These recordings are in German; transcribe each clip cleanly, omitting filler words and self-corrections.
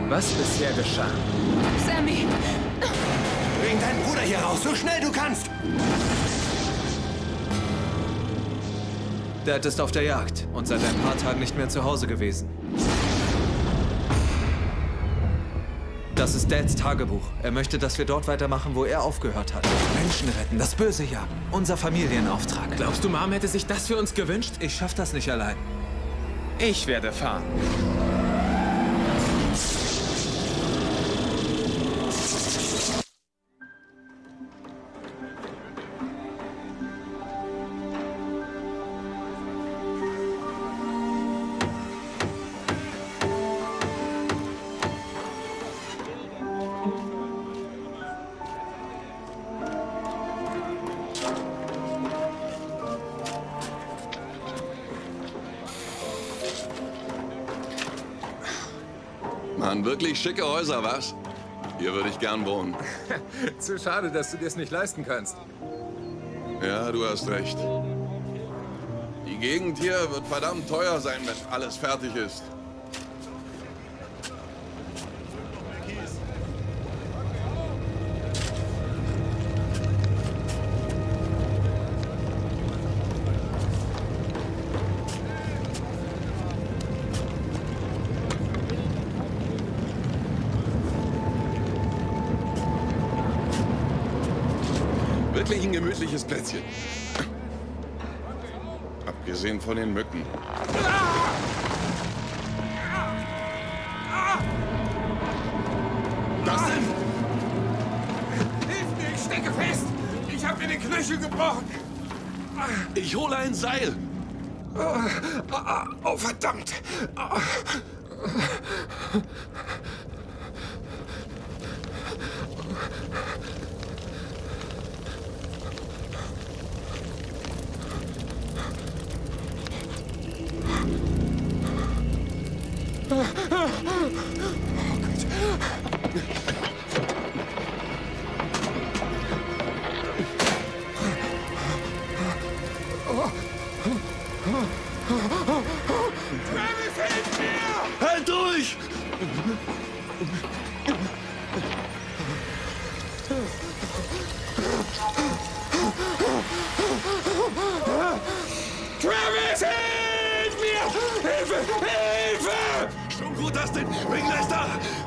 was bisher geschah. Sammy! Bring deinen Bruder hier raus, so schnell du kannst! Dad ist auf der Jagd und seit ein paar Tagen nicht mehr zu Hause gewesen. Das ist Dads Tagebuch. Er möchte, dass wir dort weitermachen, wo er aufgehört hat. Menschen retten, das Böse jagen. Unser Familienauftrag. Glaubst du, Mom hätte sich das für uns gewünscht? Ich schaff das nicht allein. Ich werde fahren. Mann, wirklich schicke Häuser, was? Hier würde ich gern wohnen. Zu schade, dass du dir es nicht leisten kannst. Ja, du hast recht. Die Gegend hier wird verdammt teuer sein, wenn alles fertig ist. Wirklich ein gemütliches Plätzchen. Abgesehen von den Mücken. Was denn? Hilf mir, ich stecke fest! Ich hab mir den Knöchel gebrochen! Ich hole ein Seil. Oh, verdammt! Travis, hilf mir! Halt durch! Travis, hilf mir! Hilfe! Hilfe! Schon gut, Dustin. Bin gleich da.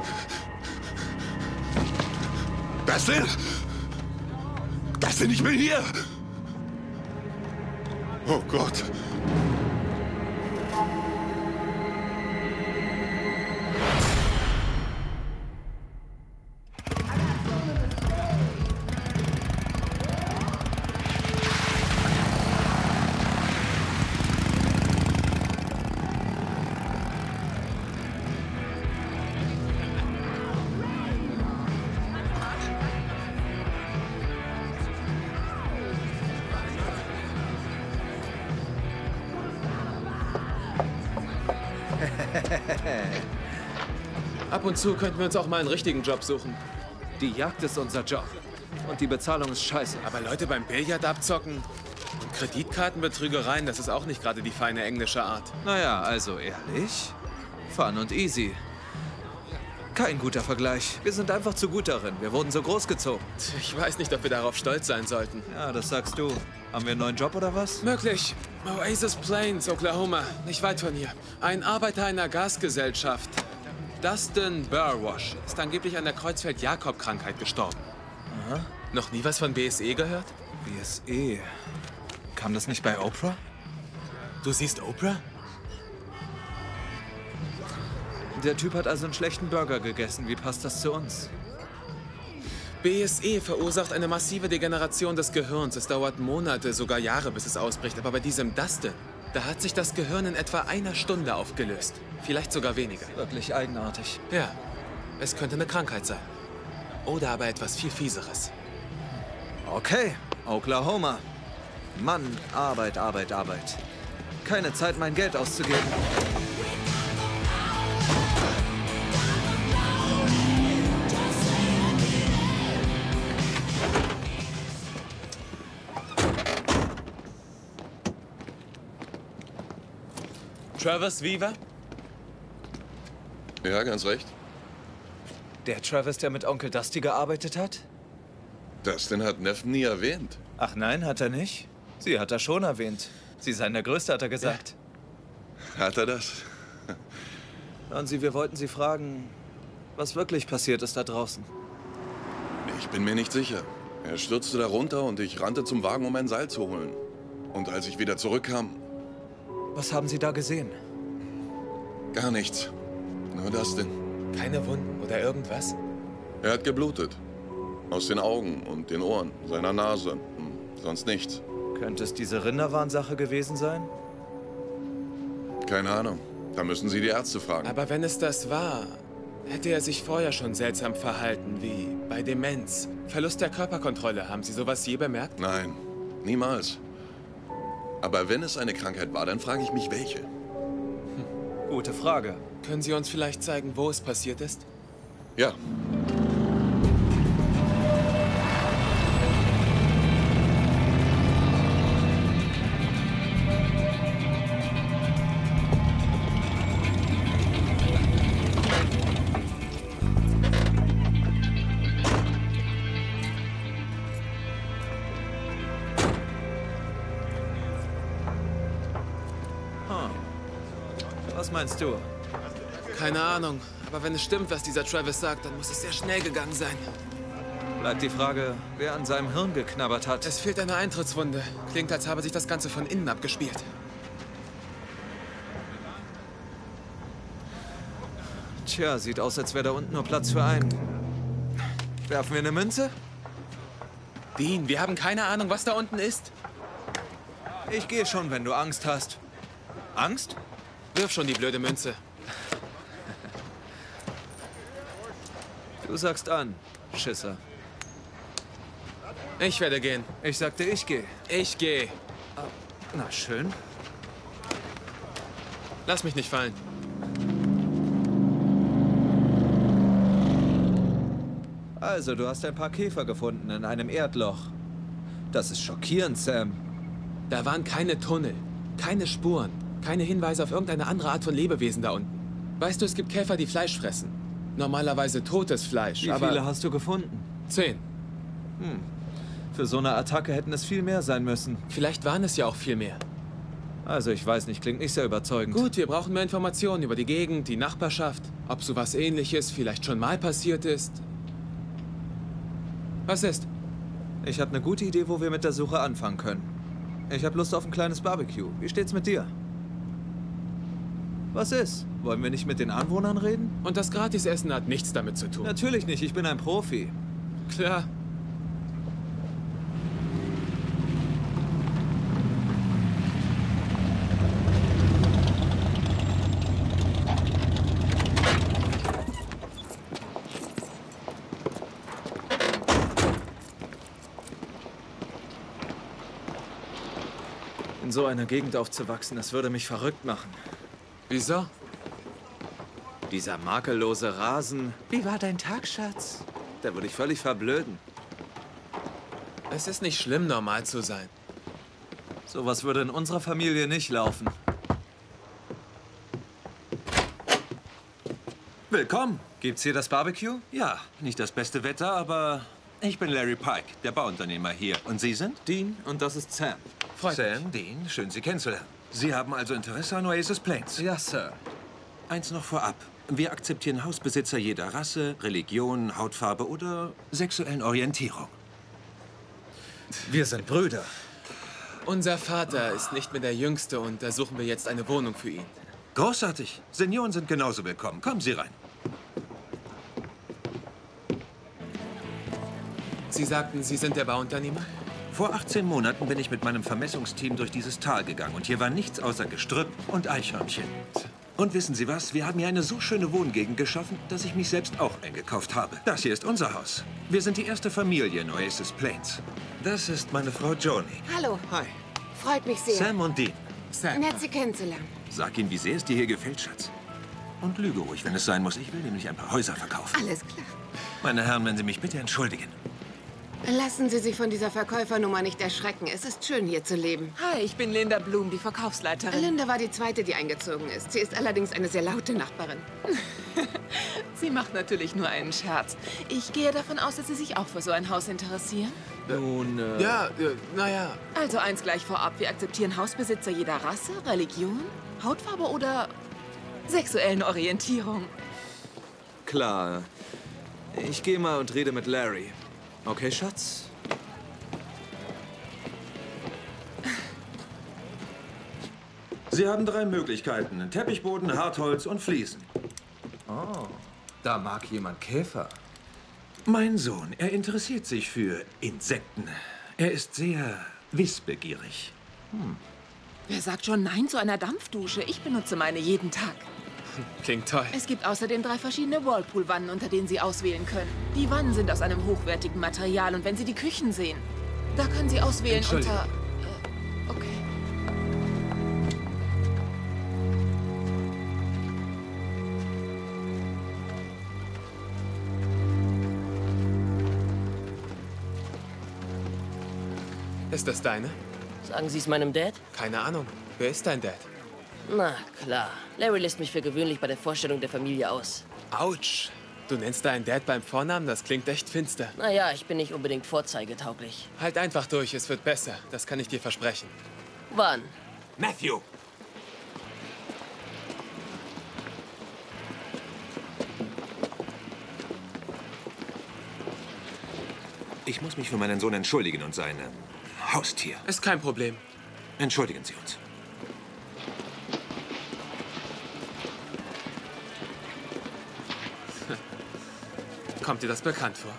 Dustin? Dustin, ich bin hier. Oh Gott. Ab und zu könnten wir uns auch mal einen richtigen Job suchen. Die Jagd ist unser Job. Und die Bezahlung ist scheiße. Aber Leute beim Billard abzocken und Kreditkartenbetrügereien, das ist auch nicht gerade die feine englische Art. Naja, also ehrlich. Fun und easy. Kein guter Vergleich. Wir sind einfach zu gut darin. Wir wurden so großgezogen. Ich weiß nicht, ob wir darauf stolz sein sollten. Ja, das sagst du. Haben wir einen neuen Job oder was? Möglich. Oasis Plains, Oklahoma. Nicht weit von hier. Ein Arbeiter einer Gasgesellschaft. Dustin Burwash ist angeblich an der Kreuzfeld-Jakob-Krankheit gestorben. Aha. Noch nie was von BSE gehört? BSE. Kam das nicht bei Oprah? Du siehst Oprah? Der Typ hat also einen schlechten Burger gegessen. Wie passt das zu uns? BSE verursacht eine massive Degeneration des Gehirns. Es dauert Monate, sogar Jahre, bis es ausbricht. Aber bei diesem Dustin, da hat sich das Gehirn in etwa einer Stunde aufgelöst. Vielleicht sogar weniger. Wirklich eigenartig. Ja, es könnte eine Krankheit sein. Oder aber etwas viel Fieseres. Okay, Oklahoma. Mann, Arbeit, Arbeit, Arbeit. Keine Zeit, mein Geld auszugeben. Travis Weaver? Ja, ganz recht. Der Travis, der mit Onkel Dusty gearbeitet hat? Dustin hat Neff nie erwähnt. Ach nein, hat er nicht? Sie hat er schon erwähnt. Sie seien der Größte, hat er gesagt. Ja. Hat er das? Und wir wollten Sie fragen, was wirklich passiert ist da draußen. Ich bin mir nicht sicher. Er stürzte da runter und ich rannte zum Wagen, um ein Seil zu holen. Und als ich wieder zurückkam... Was haben Sie da gesehen? Gar nichts. Nur Dustin. Keine Wunden oder irgendwas? Er hat geblutet. Aus den Augen und den Ohren, seiner Nase. Sonst nichts. Könnte es diese Rinderwahnsache gewesen sein? Keine Ahnung. Da müssen Sie die Ärzte fragen. Aber wenn es das war, hätte er sich vorher schon seltsam verhalten, wie bei Demenz. Verlust der Körperkontrolle. Haben Sie sowas je bemerkt? Nein, niemals. Aber wenn es eine Krankheit war, dann frage ich mich, welche. Gute Frage. Können Sie uns vielleicht zeigen, wo es passiert ist? Ja. Was meinst du? Keine Ahnung. Aber wenn es stimmt, was dieser Travis sagt, dann muss es sehr schnell gegangen sein. Bleibt die Frage, wer an seinem Hirn geknabbert hat. Es fehlt eine Eintrittswunde. Klingt, als habe sich das Ganze von innen abgespielt. Tja, sieht aus, als wäre da unten nur Platz für einen. Werfen wir eine Münze? Dean, wir haben keine Ahnung, was da unten ist. Ich gehe schon, wenn du Angst hast. Angst? Wirf schon die blöde Münze. Du sagst an, Schisser. Ich werde gehen. Ich sagte, ich gehe. Ich gehe. Na schön. Lass mich nicht fallen. Also, du hast ein paar Käfer gefunden in einem Erdloch. Das ist schockierend, Sam. Da waren keine Tunnel, keine Spuren, keine Hinweise auf irgendeine andere Art von Lebewesen da unten. Weißt du, es gibt Käfer, die Fleisch fressen. Normalerweise totes Fleisch, Wie viele hast du gefunden? 10. Für so eine Attacke hätten es viel mehr sein müssen. Vielleicht waren es ja auch viel mehr. Also, ich weiß nicht, klingt nicht sehr überzeugend. Gut, wir brauchen mehr Informationen über die Gegend, die Nachbarschaft, ob sowas Ähnliches vielleicht schon mal passiert ist. Was ist? Ich habe eine gute Idee, wo wir mit der Suche anfangen können. Ich habe Lust auf ein kleines Barbecue. Wie steht's mit dir? Was ist? Wollen wir nicht mit den Anwohnern reden? Und das Gratisessen hat nichts damit zu tun. Natürlich nicht, ich bin ein Profi. Klar. In so einer Gegend aufzuwachsen, das würde mich verrückt machen. Wieso? Dieser makellose Rasen. Wie war dein Tag, Schatz? Da würde ich völlig verblöden. Es ist nicht schlimm, normal zu sein. Sowas würde in unserer Familie nicht laufen. Willkommen. Gibt's hier das Barbecue? Ja, nicht das beste Wetter, aber ich bin Larry Pike, der Bauunternehmer hier. Und Sie sind? Dean und das ist Sam. Freut mich. Sam, Dean, schön Sie kennenzulernen. Sie haben also Interesse an Oasis Plains? Ja, Sir. Eins noch vorab. Wir akzeptieren Hausbesitzer jeder Rasse, Religion, Hautfarbe oder sexuellen Orientierung. Wir sind Brüder. Unser Vater ist nicht mehr der Jüngste und da suchen wir jetzt eine Wohnung für ihn. Großartig. Senioren sind genauso willkommen. Kommen Sie rein. Sie sagten, Sie sind der Bauunternehmer? Vor 18 Monaten bin ich mit meinem Vermessungsteam durch dieses Tal gegangen und hier war nichts außer Gestrüpp und Eichhörnchen. Und wissen Sie was? Wir haben hier eine so schöne Wohngegend geschaffen, dass ich mich selbst auch eingekauft habe. Das hier ist unser Haus. Wir sind die erste Familie in Oasis Plains. Das ist meine Frau Joni. Hallo. Hi. Freut mich sehr. Sam und Dean. Sam. Nett, Sie kennenzulernen. Sag Ihnen, wie sehr es dir hier gefällt, Schatz. Und lüge ruhig, wenn es sein muss. Ich will nämlich ein paar Häuser verkaufen. Alles klar. Meine Herren, wenn Sie mich bitte entschuldigen. Lassen Sie sich von dieser Verkäufernummer nicht erschrecken. Es ist schön, hier zu leben. Hi, ich bin Linda Blum, die Verkaufsleiterin. Linda war die zweite, die eingezogen ist. Sie ist allerdings eine sehr laute Nachbarin. Sie macht natürlich nur einen Scherz. Ich gehe davon aus, dass Sie sich auch für so ein Haus interessieren. Nun, Ja, naja. Also eins gleich vorab, wir akzeptieren Hausbesitzer jeder Rasse, Religion, Hautfarbe oder sexuellen Orientierung. klar. Ich gehe mal und rede mit Larry. Okay, Schatz? Sie haben 3 Möglichkeiten. Teppichboden, Hartholz und Fliesen. Da mag jemand Käfer. Mein Sohn, er interessiert sich für Insekten. Er ist sehr wissbegierig. Wer sagt schon Nein zu einer Dampfdusche? Ich benutze meine jeden Tag. Klingt toll. Es gibt außerdem 3 verschiedene Whirlpool-Wannen, unter denen Sie auswählen können. Die Wannen sind aus einem hochwertigen Material und wenn Sie die Küchen sehen, da können Sie auswählen Entschuldigung. unter... Okay. Ist das deine? Sagen Sie es meinem Dad? Keine Ahnung. Wer ist dein Dad? Na klar. Larry lässt mich für gewöhnlich bei der Vorstellung der Familie aus. Autsch. Du nennst deinen Dad beim Vornamen? Das klingt echt finster. Naja, ich bin nicht unbedingt vorzeigetauglich. Halt einfach durch, es wird besser. Das kann ich dir versprechen. Wann? Matthew! Ich muss mich für meinen Sohn entschuldigen und sein Haustier. Ist kein Problem. Entschuldigen Sie uns. Kommt dir das bekannt vor?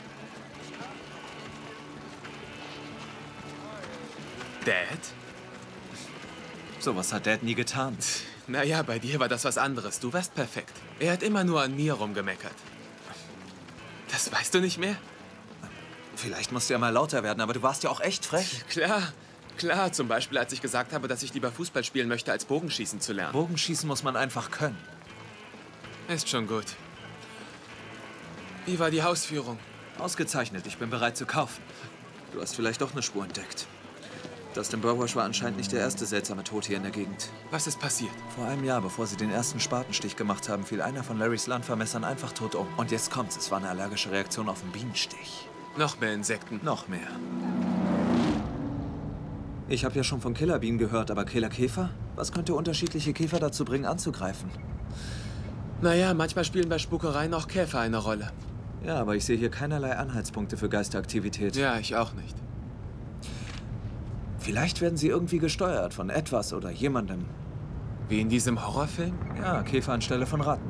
Dad? Sowas hat Dad nie getan. Naja, bei dir war das was anderes. Du warst perfekt. Er hat immer nur an mir rumgemeckert. Das weißt du nicht mehr? Vielleicht musst du ja mal lauter werden, aber du warst ja auch echt frech. Klar. Zum Beispiel, als ich gesagt habe, dass ich lieber Fußball spielen möchte, als Bogenschießen zu lernen. Bogenschießen muss man einfach können. Ist schon gut. Wie war die Hausführung? Ausgezeichnet, ich bin bereit zu kaufen. Du hast vielleicht doch eine Spur entdeckt. Dustin Burwash war anscheinend nicht der erste seltsame Tod hier in der Gegend. Was ist passiert? Vor einem Jahr, bevor sie den ersten Spatenstich gemacht haben, fiel einer von Larrys Landvermessern einfach tot um. Und jetzt kommt's, es war eine allergische Reaktion auf einen Bienenstich. Noch mehr Insekten. Noch mehr. Ich habe ja schon von Killerbienen gehört, aber Killerkäfer? Was könnte unterschiedliche Käfer dazu bringen, anzugreifen? Naja, manchmal spielen bei Spukereien auch Käfer eine Rolle. Ja, aber ich sehe hier keinerlei Anhaltspunkte für Geisteraktivität. Ja, ich auch nicht. Vielleicht werden sie irgendwie gesteuert von etwas oder jemandem. Wie in diesem Horrorfilm? Ja, Käfer anstelle von Ratten.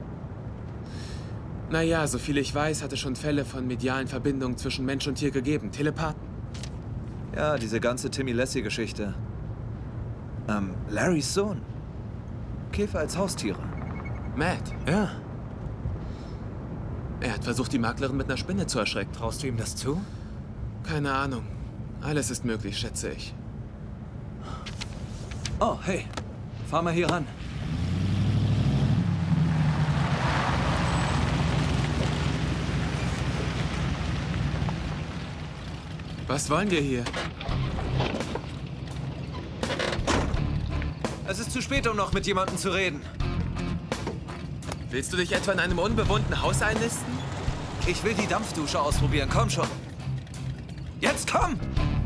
Naja, soviel ich weiß, hat es schon Fälle von medialen Verbindungen zwischen Mensch und Tier gegeben. Telepathen. Ja, diese ganze Timmy Lassie-Geschichte. Larrys Sohn. Käfer als Haustiere. Matt. Ja. Er hat versucht, die Maklerin mit einer Spinne zu erschrecken. Traust du ihm das zu? Keine Ahnung. Alles ist möglich, schätze ich. Oh, hey. Fahr mal hier ran. Was wollen wir hier? Es ist zu spät, um noch mit jemandem zu reden. Willst du dich etwa in einem unbewohnten Haus einnisten? Ich will die Dampfdusche ausprobieren. Komm schon. Jetzt komm!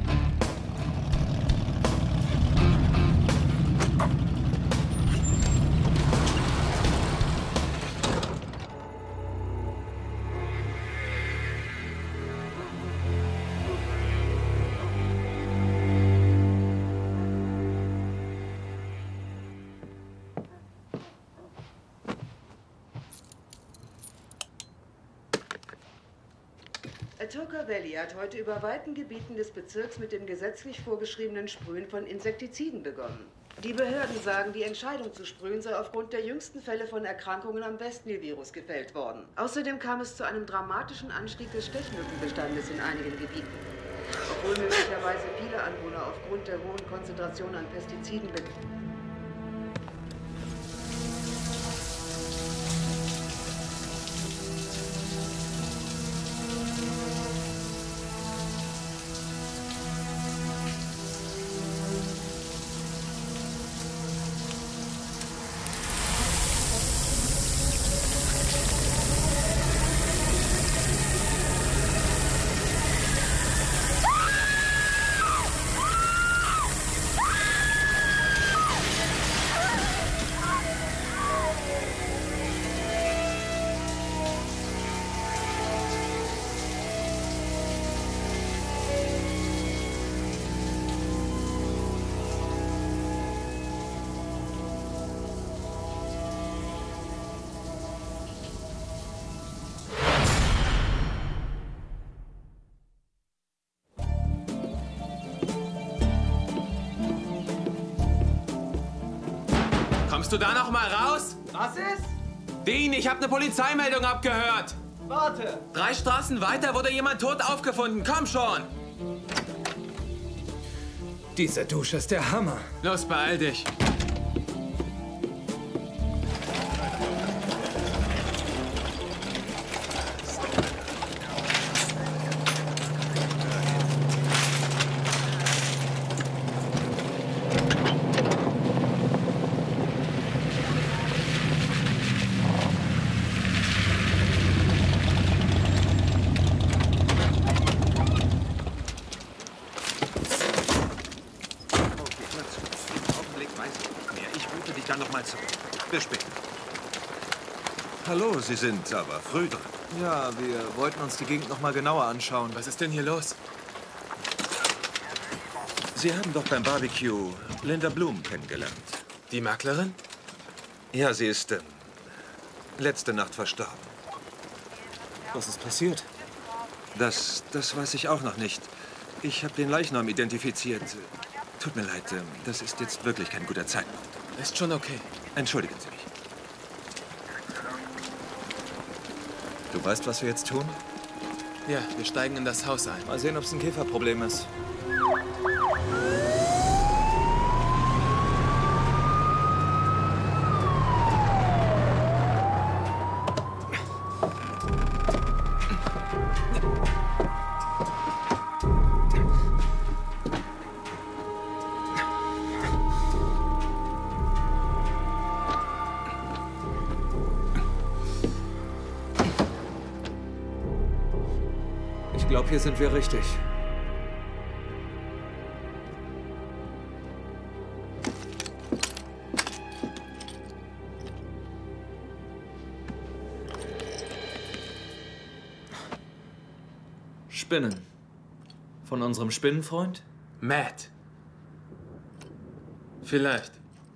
Atoka Valley hat heute über weiten Gebieten des Bezirks mit dem gesetzlich vorgeschriebenen Sprühen von Insektiziden begonnen. Die Behörden sagen, die Entscheidung zu sprühen sei aufgrund der jüngsten Fälle von Erkrankungen am Westnil-Virus gefällt worden. Außerdem kam es zu einem dramatischen Anstieg des Stechmückenbestandes in einigen Gebieten. Obwohl möglicherweise viele Anwohner aufgrund der hohen Konzentration an Pestiziden Kommst du da noch mal raus? Was ist? Dean, ich habe eine Polizeimeldung abgehört. Warte! 3 Straßen weiter wurde jemand tot aufgefunden. Komm schon! Diese Dusche ist der Hammer. Los, beeil dich. Bis später. Hallo, Sie sind aber früh dran. Ja, wir wollten uns die Gegend noch mal genauer anschauen. Was ist denn hier los? Sie haben doch beim Barbecue Linda Bloom kennengelernt. Die Maklerin? Ja, sie ist letzte Nacht verstorben. Was ist passiert? Das weiß ich auch noch nicht. Ich habe den Leichnam identifiziert. Tut mir leid, das ist jetzt wirklich kein guter Zeitpunkt. Ist schon okay. Entschuldigen Sie mich. Du weißt, was wir jetzt tun? Ja, wir steigen in das Haus ein. Mal sehen, ob es ein Käferproblem ist. Ich glaube, hier sind wir richtig. Spinnen. Von unserem Spinnenfreund? Matt. Vielleicht.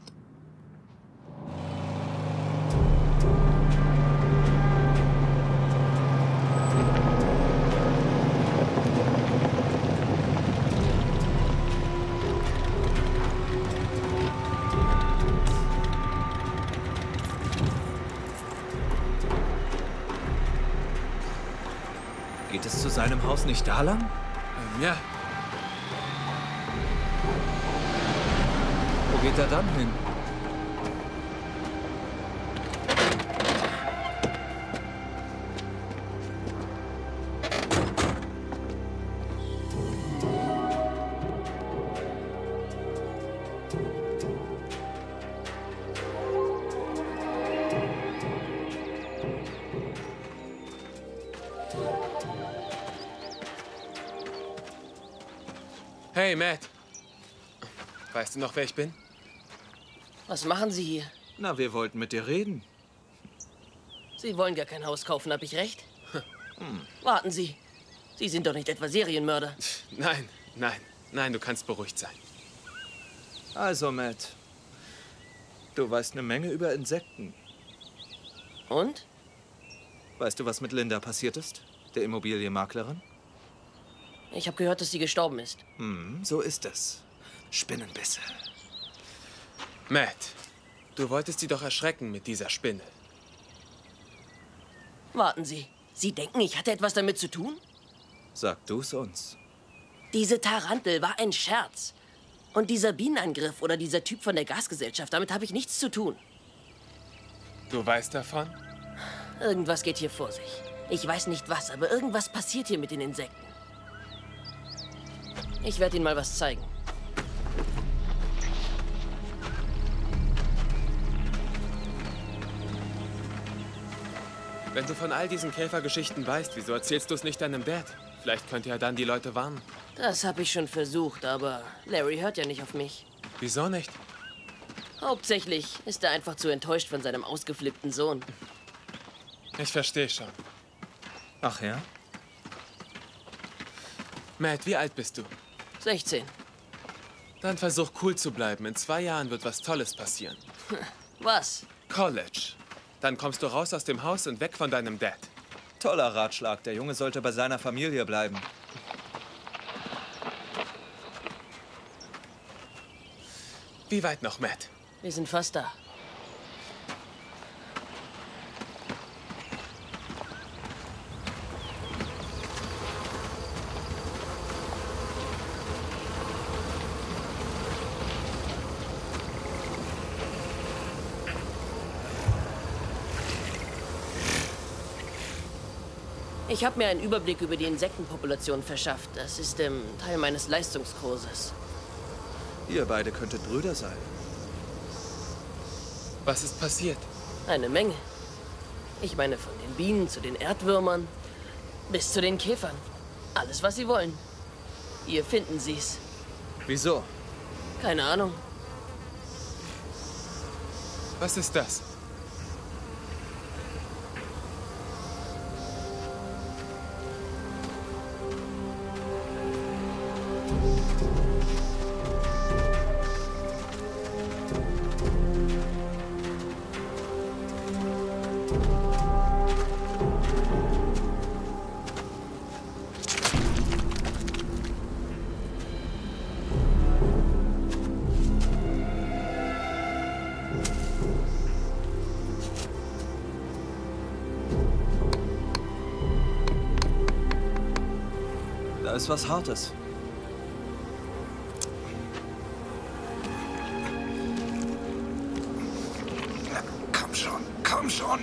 Geht es zu seinem Haus nicht da lang? Ja. Wo geht er dann hin? Hey, Matt. Weißt du noch, wer ich bin? Was machen Sie hier? Na, wir wollten mit dir reden. Sie wollen gar kein Haus kaufen, habe ich recht? Warten Sie. Sie sind doch nicht etwa Serienmörder. Nein, du kannst beruhigt sein. Also, Matt. Du weißt eine Menge über Insekten. Und? Weißt du, was mit Linda passiert ist? Der Immobilienmaklerin? Ich habe gehört, dass sie gestorben ist. So ist es. Spinnenbisse. Matt, du wolltest sie doch erschrecken mit dieser Spinne. Warten Sie. Sie denken, ich hatte etwas damit zu tun? Sag du's uns. Diese Tarantel war ein Scherz. Und dieser Bienenangriff oder dieser Typ von der Gasgesellschaft, damit habe ich nichts zu tun. Du weißt davon? Irgendwas geht hier vor sich. Ich weiß nicht was, aber irgendwas passiert hier mit den Insekten. Ich werde Ihnen mal was zeigen. Wenn du von all diesen Käfergeschichten weißt, wieso erzählst du es nicht deinem Dad? Vielleicht könnte er dann die Leute warnen. Das habe ich schon versucht, aber Larry hört ja nicht auf mich. Wieso nicht? Hauptsächlich ist er einfach zu enttäuscht von seinem ausgeflippten Sohn. Ich verstehe schon. Ach ja? Matt, wie alt bist du? 16. Dann versuch cool zu bleiben. In 2 Jahren wird was Tolles passieren. Was? College. Dann kommst du raus aus dem Haus und weg von deinem Dad. Toller Ratschlag. Der Junge sollte bei seiner Familie bleiben. Wie weit noch, Matt? Wir sind fast da. Ich habe mir einen Überblick über die Insektenpopulation verschafft. Das ist Teil meines Leistungskurses. Ihr beide könntet Brüder sein. Was ist passiert? Eine Menge. Ich meine, von den Bienen zu den Erdwürmern bis zu den Käfern. Alles, was sie wollen. Hier finden sie's. Wieso? Keine Ahnung. Was ist das? Da ist was Hartes. Komm schon, komm schon.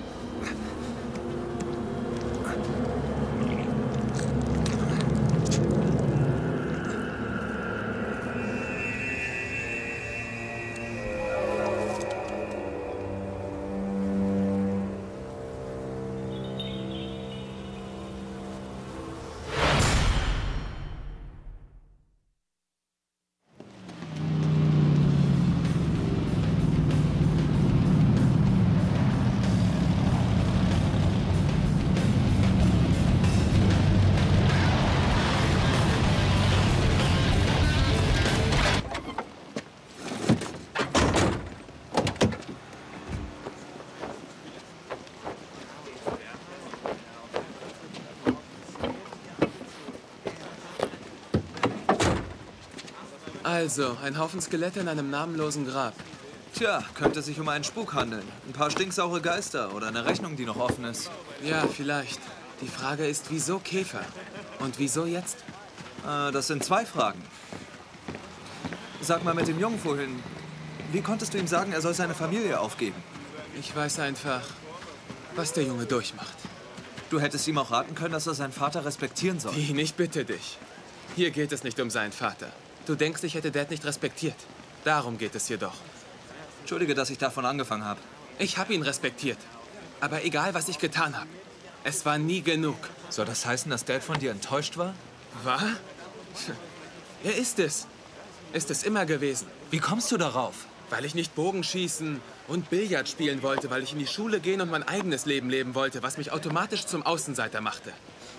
Also, ein Haufen Skelette in einem namenlosen Grab. Tja, könnte sich um einen Spuk handeln. Ein paar stinksaure Geister oder eine Rechnung, die noch offen ist. Ja, vielleicht. Die Frage ist, wieso Käfer? Und wieso jetzt? Das sind zwei Fragen. Sag mal mit dem Jungen vorhin, wie konntest du ihm sagen, er soll seine Familie aufgeben? Ich weiß einfach, was der Junge durchmacht. Du hättest ihm auch raten können, dass er seinen Vater respektieren soll. Dean, ich bitte dich. Hier geht es nicht um seinen Vater. Du denkst, ich hätte Dad nicht respektiert. Darum geht es hier doch. Entschuldige, dass ich davon angefangen habe. Ich habe ihn respektiert. Aber egal, was ich getan habe, es war nie genug. Soll das heißen, dass Dad von dir enttäuscht war? Was? Er ist es. Ist es immer gewesen. Wie kommst du darauf? Weil ich nicht Bogenschießen und Billard spielen wollte, weil ich in die Schule gehen und mein eigenes Leben leben wollte, was mich automatisch zum Außenseiter machte.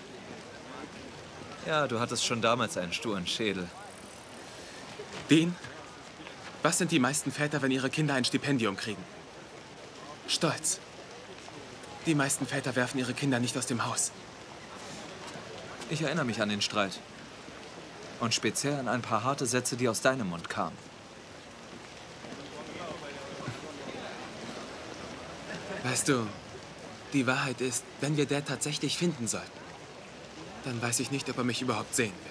Ja, du hattest schon damals einen sturen Schädel. Dean, was sind die meisten Väter, wenn ihre Kinder ein Stipendium kriegen? Stolz. Die meisten Väter werfen ihre Kinder nicht aus dem Haus. Ich erinnere mich an den Streit. Und speziell an ein paar harte Sätze, die aus deinem Mund kamen. Weißt du, die Wahrheit ist, wenn wir Dad tatsächlich finden sollten, dann weiß ich nicht, ob er mich überhaupt sehen will.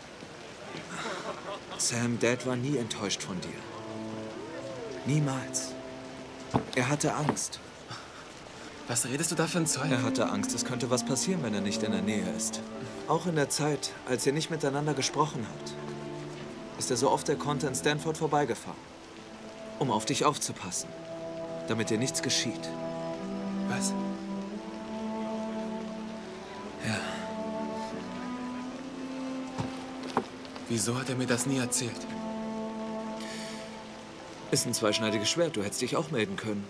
Sam, Dad war nie enttäuscht von dir. Niemals. Er hatte Angst. Was redest du da für ein Zeug? Er hatte Angst, es könnte was passieren, wenn er nicht in der Nähe ist. Auch in der Zeit, als ihr nicht miteinander gesprochen habt, ist er so oft er konnte in Stanford vorbeigefahren, um auf dich aufzupassen, damit dir nichts geschieht. Was? Ja. Wieso hat er mir das nie erzählt? Ist ein zweischneidiges Schwert, du hättest dich auch melden können.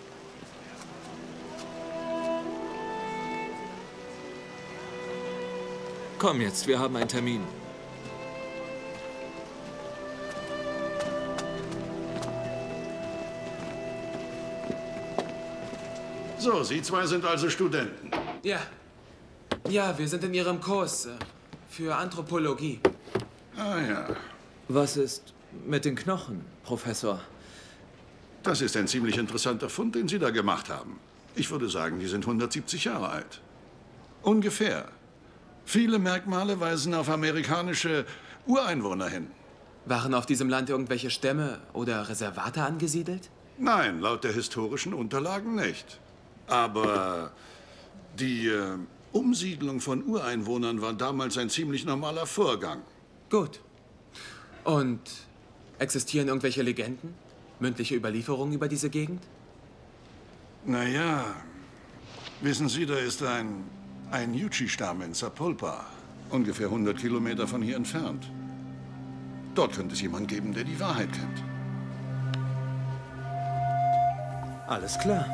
Komm jetzt, wir haben einen Termin. So, Sie zwei sind also Studenten. Ja. Ja, wir sind in Ihrem Kurs für Anthropologie. Ah ja. Was ist mit den Knochen, Professor? Das ist ein ziemlich interessanter Fund, den Sie da gemacht haben. Ich würde sagen, die sind 170 Jahre alt. Ungefähr. Viele Merkmale weisen auf amerikanische Ureinwohner hin. Waren auf diesem Land irgendwelche Stämme oder Reservate angesiedelt? Nein, laut der historischen Unterlagen nicht. Aber die Umsiedlung von Ureinwohnern war damals ein ziemlich normaler Vorgang. Gut. Und existieren irgendwelche Legenden? Mündliche Überlieferungen über diese Gegend? Naja, wissen Sie, da ist ein Yuchi-Stamm in Sapulpa, ungefähr 100 Kilometer von hier entfernt. Dort könnte es jemanden geben, der die Wahrheit kennt. Alles klar.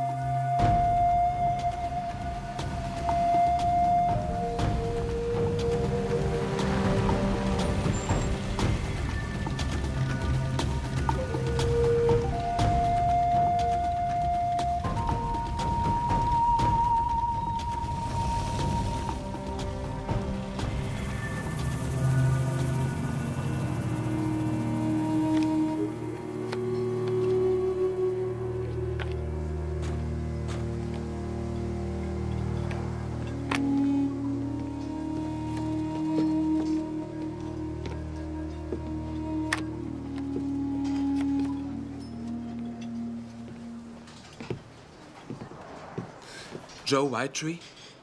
Joe Whitetree?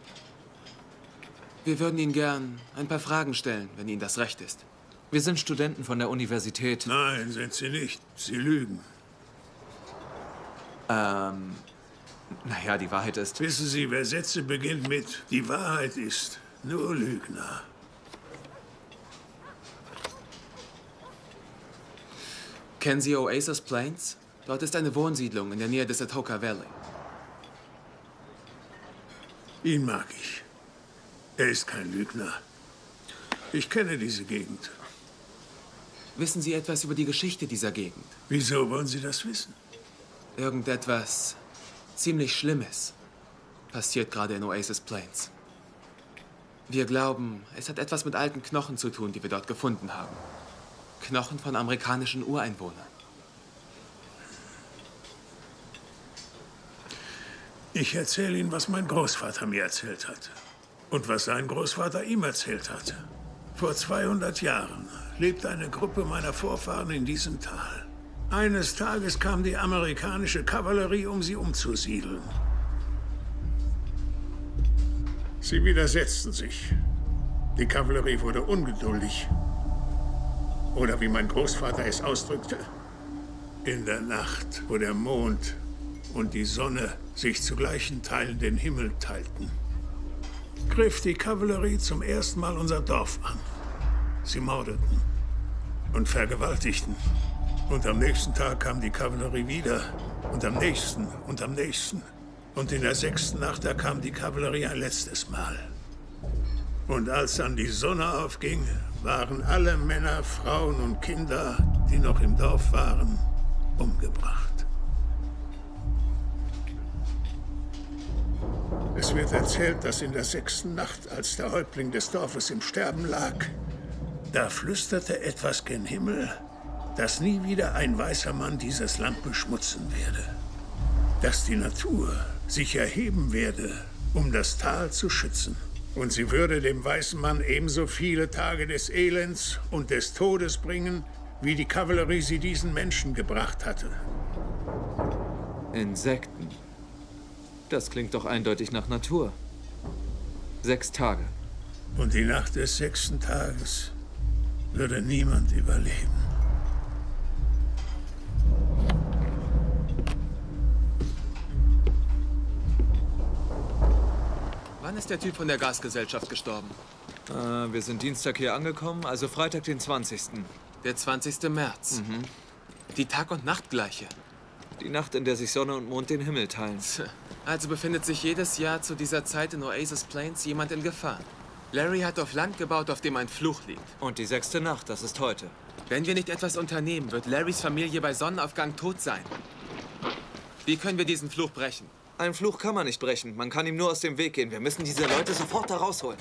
Wir würden Ihnen gern ein paar Fragen stellen, wenn Ihnen das recht ist. Wir sind Studenten von der Universität. Nein, sind Sie nicht. Sie lügen. Naja, die Wahrheit ist... Wissen Sie, wer Sätze beginnt mit "Die Wahrheit ist", nur Lügner. Kennen Sie Oasis Plains? Dort ist eine Wohnsiedlung in der Nähe des Atoka Valley. Ihn mag ich. Er ist kein Lügner. Ich kenne diese Gegend. Wissen Sie etwas über die Geschichte dieser Gegend? Wieso wollen Sie das wissen? Irgendetwas ziemlich Schlimmes passiert gerade in Oasis Plains. Wir glauben, es hat etwas mit alten Knochen zu tun, die wir dort gefunden haben. Knochen von amerikanischen Ureinwohnern. Ich erzähle Ihnen, was mein Großvater mir erzählt hat. Und was sein Großvater ihm erzählt hat. Vor 200 Jahren lebte eine Gruppe meiner Vorfahren in diesem Tal. Eines Tages kam die amerikanische Kavallerie, um sie umzusiedeln. Sie widersetzten sich. Die Kavallerie wurde ungeduldig. Oder wie mein Großvater es ausdrückte, in der Nacht, wo der Mond und die Sonne sich zu gleichen Teilen den Himmel teilten, griff die Kavallerie zum ersten Mal unser Dorf an. Sie mordeten und vergewaltigten. Und am nächsten Tag kam die Kavallerie wieder. Und am nächsten und am nächsten. Und in der 6. Nacht, da kam die Kavallerie ein letztes Mal. Und als dann die Sonne aufging, waren alle Männer, Frauen und Kinder, die noch im Dorf waren, umgebracht. Es wird erzählt, dass in der 6. Nacht, als der Häuptling des Dorfes im Sterben lag, da flüsterte etwas gen Himmel, dass nie wieder ein weißer Mann dieses Land beschmutzen werde. Dass die Natur sich erheben werde, um das Tal zu schützen. Und sie würde dem weißen Mann ebenso viele Tage des Elends und des Todes bringen, wie die Kavallerie sie diesen Menschen gebracht hatte. Insekten. Das klingt doch eindeutig nach Natur. 6 Tage. Und die Nacht des 6. Tages würde niemand überleben. Wann ist der Typ von der Gasgesellschaft gestorben? Wir sind Dienstag hier angekommen, also Freitag, den 20. Der 20. März. Die Tag- und Nachtgleiche. Die Nacht, in der sich Sonne und Mond den Himmel teilen. Also befindet sich jedes Jahr zu dieser Zeit in Oasis Plains jemand in Gefahr. Larry hat auf Land gebaut, auf dem ein Fluch liegt. Und die 6. Nacht, das ist heute. Wenn wir nicht etwas unternehmen, wird Larrys Familie bei Sonnenaufgang tot sein. Wie können wir diesen Fluch brechen? Einen Fluch kann man nicht brechen. Man kann ihm nur aus dem Weg gehen. Wir müssen diese Leute sofort da rausholen.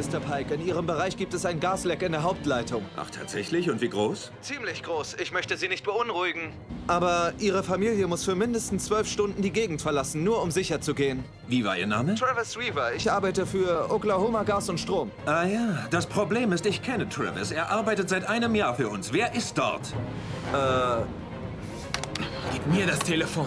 Mr. Pike. In Ihrem Bereich gibt es ein Gasleck in der Hauptleitung. Ach, tatsächlich? Und wie groß? Ziemlich groß. Ich möchte Sie nicht beunruhigen. Aber Ihre Familie muss für mindestens 12 Stunden die Gegend verlassen, nur um sicher zu gehen. Wie war Ihr Name? Travis Weaver. Ich arbeite für Oklahoma Gas und Strom. Ah ja, das Problem ist, ich kenne Travis. Er arbeitet seit einem Jahr für uns. Wer ist dort? Gib mir das Telefon.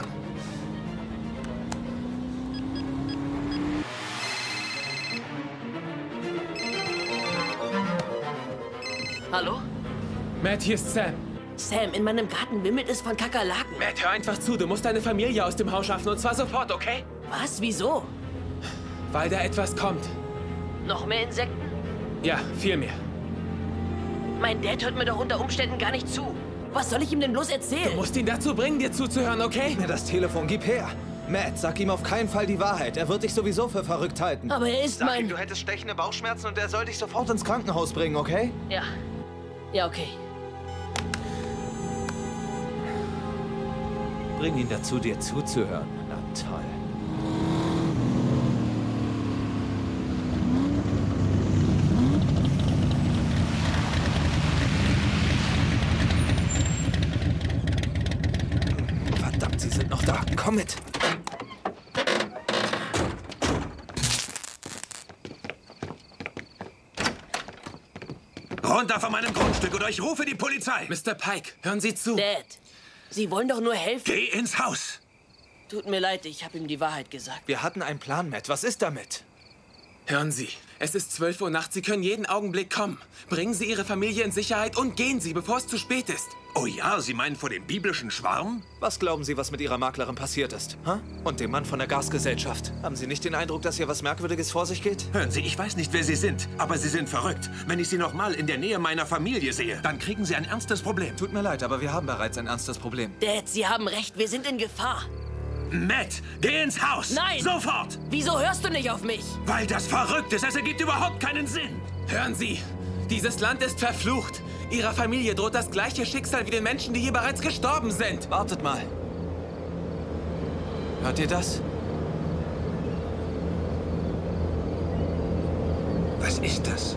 Hallo? Matt, hier ist Sam. Sam, in meinem Garten wimmelt es von Kakerlaken. Matt, hör einfach zu. Du musst deine Familie aus dem Haus schaffen und zwar sofort, okay? Was? Wieso? Weil da etwas kommt. Noch mehr Insekten? Ja, viel mehr. Mein Dad hört mir doch unter Umständen gar nicht zu. Was soll ich ihm denn bloß erzählen? Du musst ihn dazu bringen, dir zuzuhören, okay? Gib mir das Telefon, gib her. Matt, sag ihm auf keinen Fall die Wahrheit. Er wird dich sowieso für verrückt halten. Aber er ist Sag ihm, du hättest stechende Bauchschmerzen und er soll dich sofort ins Krankenhaus bringen, okay? Ja. Ja, okay. Bring ihn dazu, dir zuzuhören. Na toll. Verdammt, sie sind noch da. Komm mit. Runter von meinem Grundstück oder ich rufe die Polizei. Mr. Pike, hören Sie zu. Dad, Sie wollen doch nur helfen. Geh ins Haus. Tut mir leid, ich habe ihm die Wahrheit gesagt. Wir hatten einen Plan, Matt. Was ist damit? Hören Sie, es ist 12 Uhr nachts. Sie können jeden Augenblick kommen. Bringen Sie Ihre Familie in Sicherheit und gehen Sie, bevor es zu spät ist. Oh ja, Sie meinen vor dem biblischen Schwarm? Was glauben Sie, was mit Ihrer Maklerin passiert ist? Ha? Und dem Mann von der Gasgesellschaft? Haben Sie nicht den Eindruck, dass hier was Merkwürdiges vor sich geht? Hören Sie, ich weiß nicht, wer Sie sind, aber Sie sind verrückt. Wenn ich Sie noch mal in der Nähe meiner Familie sehe, dann kriegen Sie ein ernstes Problem. Tut mir leid, aber wir haben bereits ein ernstes Problem. Dad, Sie haben recht, wir sind in Gefahr. Matt, geh ins Haus! Nein! Sofort! Wieso hörst du nicht auf mich? Weil das verrückt ist, es ergibt überhaupt keinen Sinn. Hören Sie, dieses Land ist verflucht. Ihrer Familie droht das gleiche Schicksal wie den Menschen, die hier bereits gestorben sind. Wartet mal. Hört ihr das? Was ist das?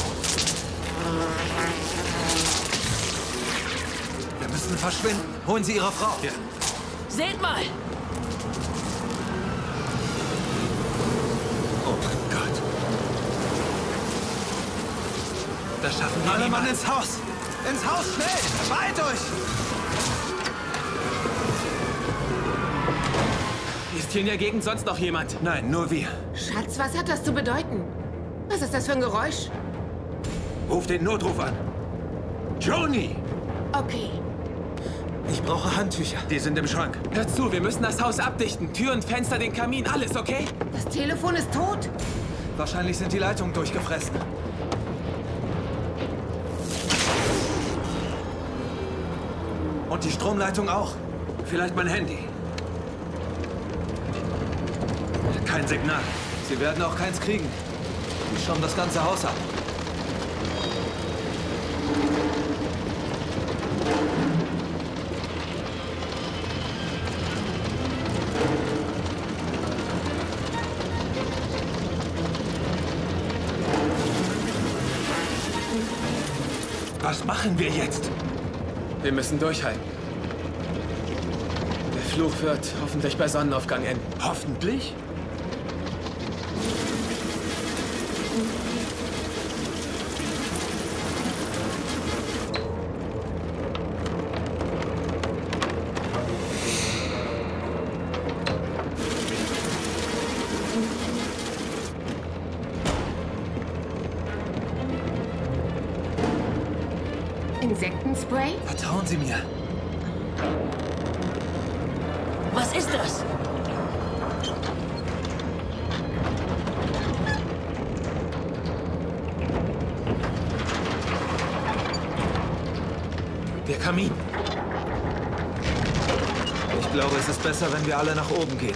Wir müssen verschwinden. Holen Sie Ihre Frau. Ja. Seht mal! Oh Gott. Das schaffen wir Alle Mann niemals. ins Haus! Ins Haus, schnell! Beeilt euch! Ist hier in der Gegend sonst noch jemand? Nein, nur wir. Schatz, was hat das zu bedeuten? Was ist das für ein Geräusch? Ruf den Notruf an. Joni! Okay. Ich brauche Handtücher. Die sind im Schrank. Hört zu, wir müssen das Haus abdichten. Türen, Fenster, den Kamin, alles, okay? Das Telefon ist tot. Wahrscheinlich sind die Leitungen durchgefressen. Und die Stromleitung auch. Vielleicht mein Handy. Kein Signal. Sie werden auch keins kriegen. Die schauen das ganze Haus ab. Was machen wir jetzt? Wir müssen durchhalten. Der Fluch wird hoffentlich bei Sonnenaufgang enden. Hoffentlich? Insektenspray? Vertrauen Sie mir. Was ist das? Der Kamin. Ich glaube, es ist besser, wenn wir alle nach oben gehen.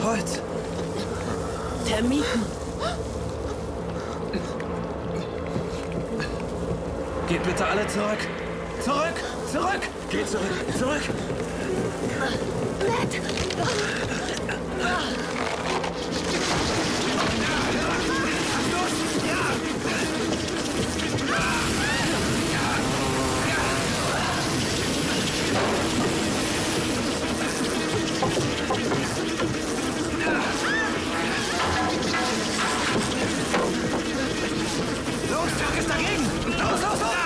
aus Holz. Termiten. Geht bitte alle zurück. Zurück! Zurück! Geht zurück! Zurück! Ned! Los, Chuck ist dagegen! Los, los, los!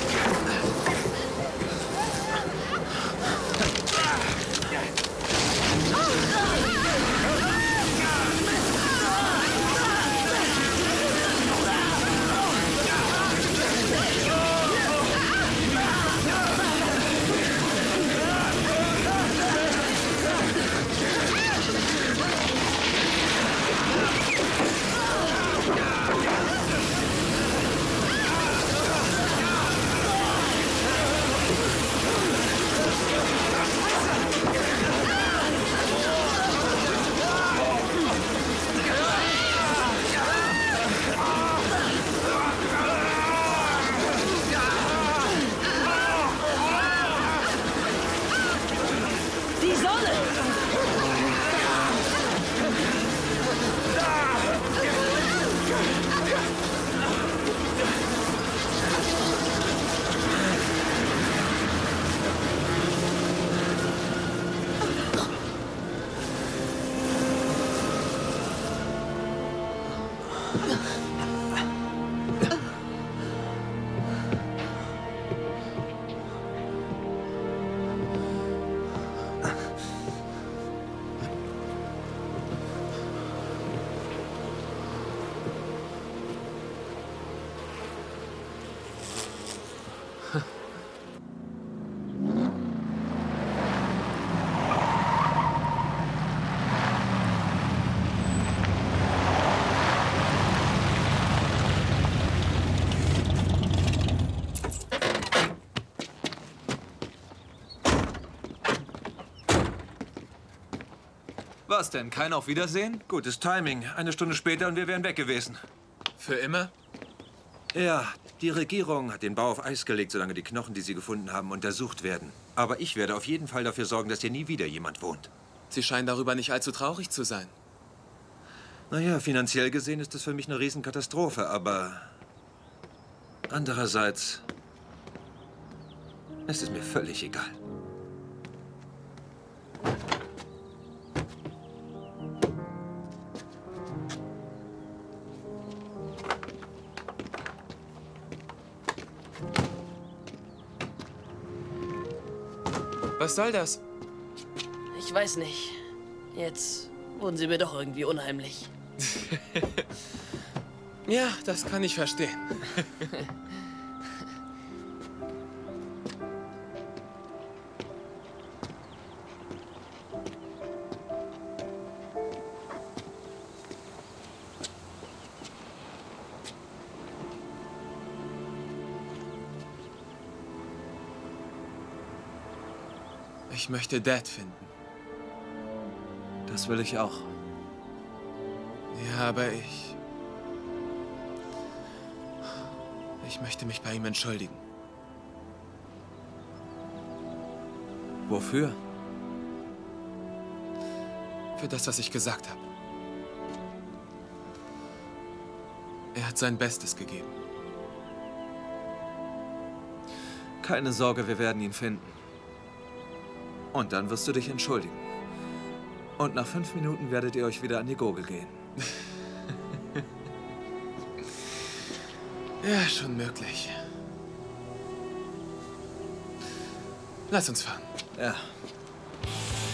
Die Sonne! Was denn? Kein Auf Wiedersehen? Gutes Timing. Eine Stunde später und wir wären weg gewesen. Für immer? Ja, die Regierung hat den Bau auf Eis gelegt, solange die Knochen, die sie gefunden haben, untersucht werden. Aber ich werde auf jeden Fall dafür sorgen, dass hier nie wieder jemand wohnt. Sie scheinen darüber nicht allzu traurig zu sein. Naja, finanziell gesehen ist das für mich eine Riesenkatastrophe, aber andererseits ist es mir völlig egal. Was soll das? Ich weiß nicht. Jetzt wurden sie mir doch irgendwie unheimlich. Ja, das kann ich verstehen. Ich möchte Dad finden. Das will ich auch. Ja, aber ich möchte mich bei ihm entschuldigen. Wofür? Für das, was ich gesagt habe. Er hat sein Bestes gegeben. Keine Sorge, wir werden ihn finden. Und dann wirst du dich entschuldigen. Und nach 5 Minuten werdet ihr euch wieder an die Gurgel gehen. Ja, schon möglich. Lass uns fahren. Ja.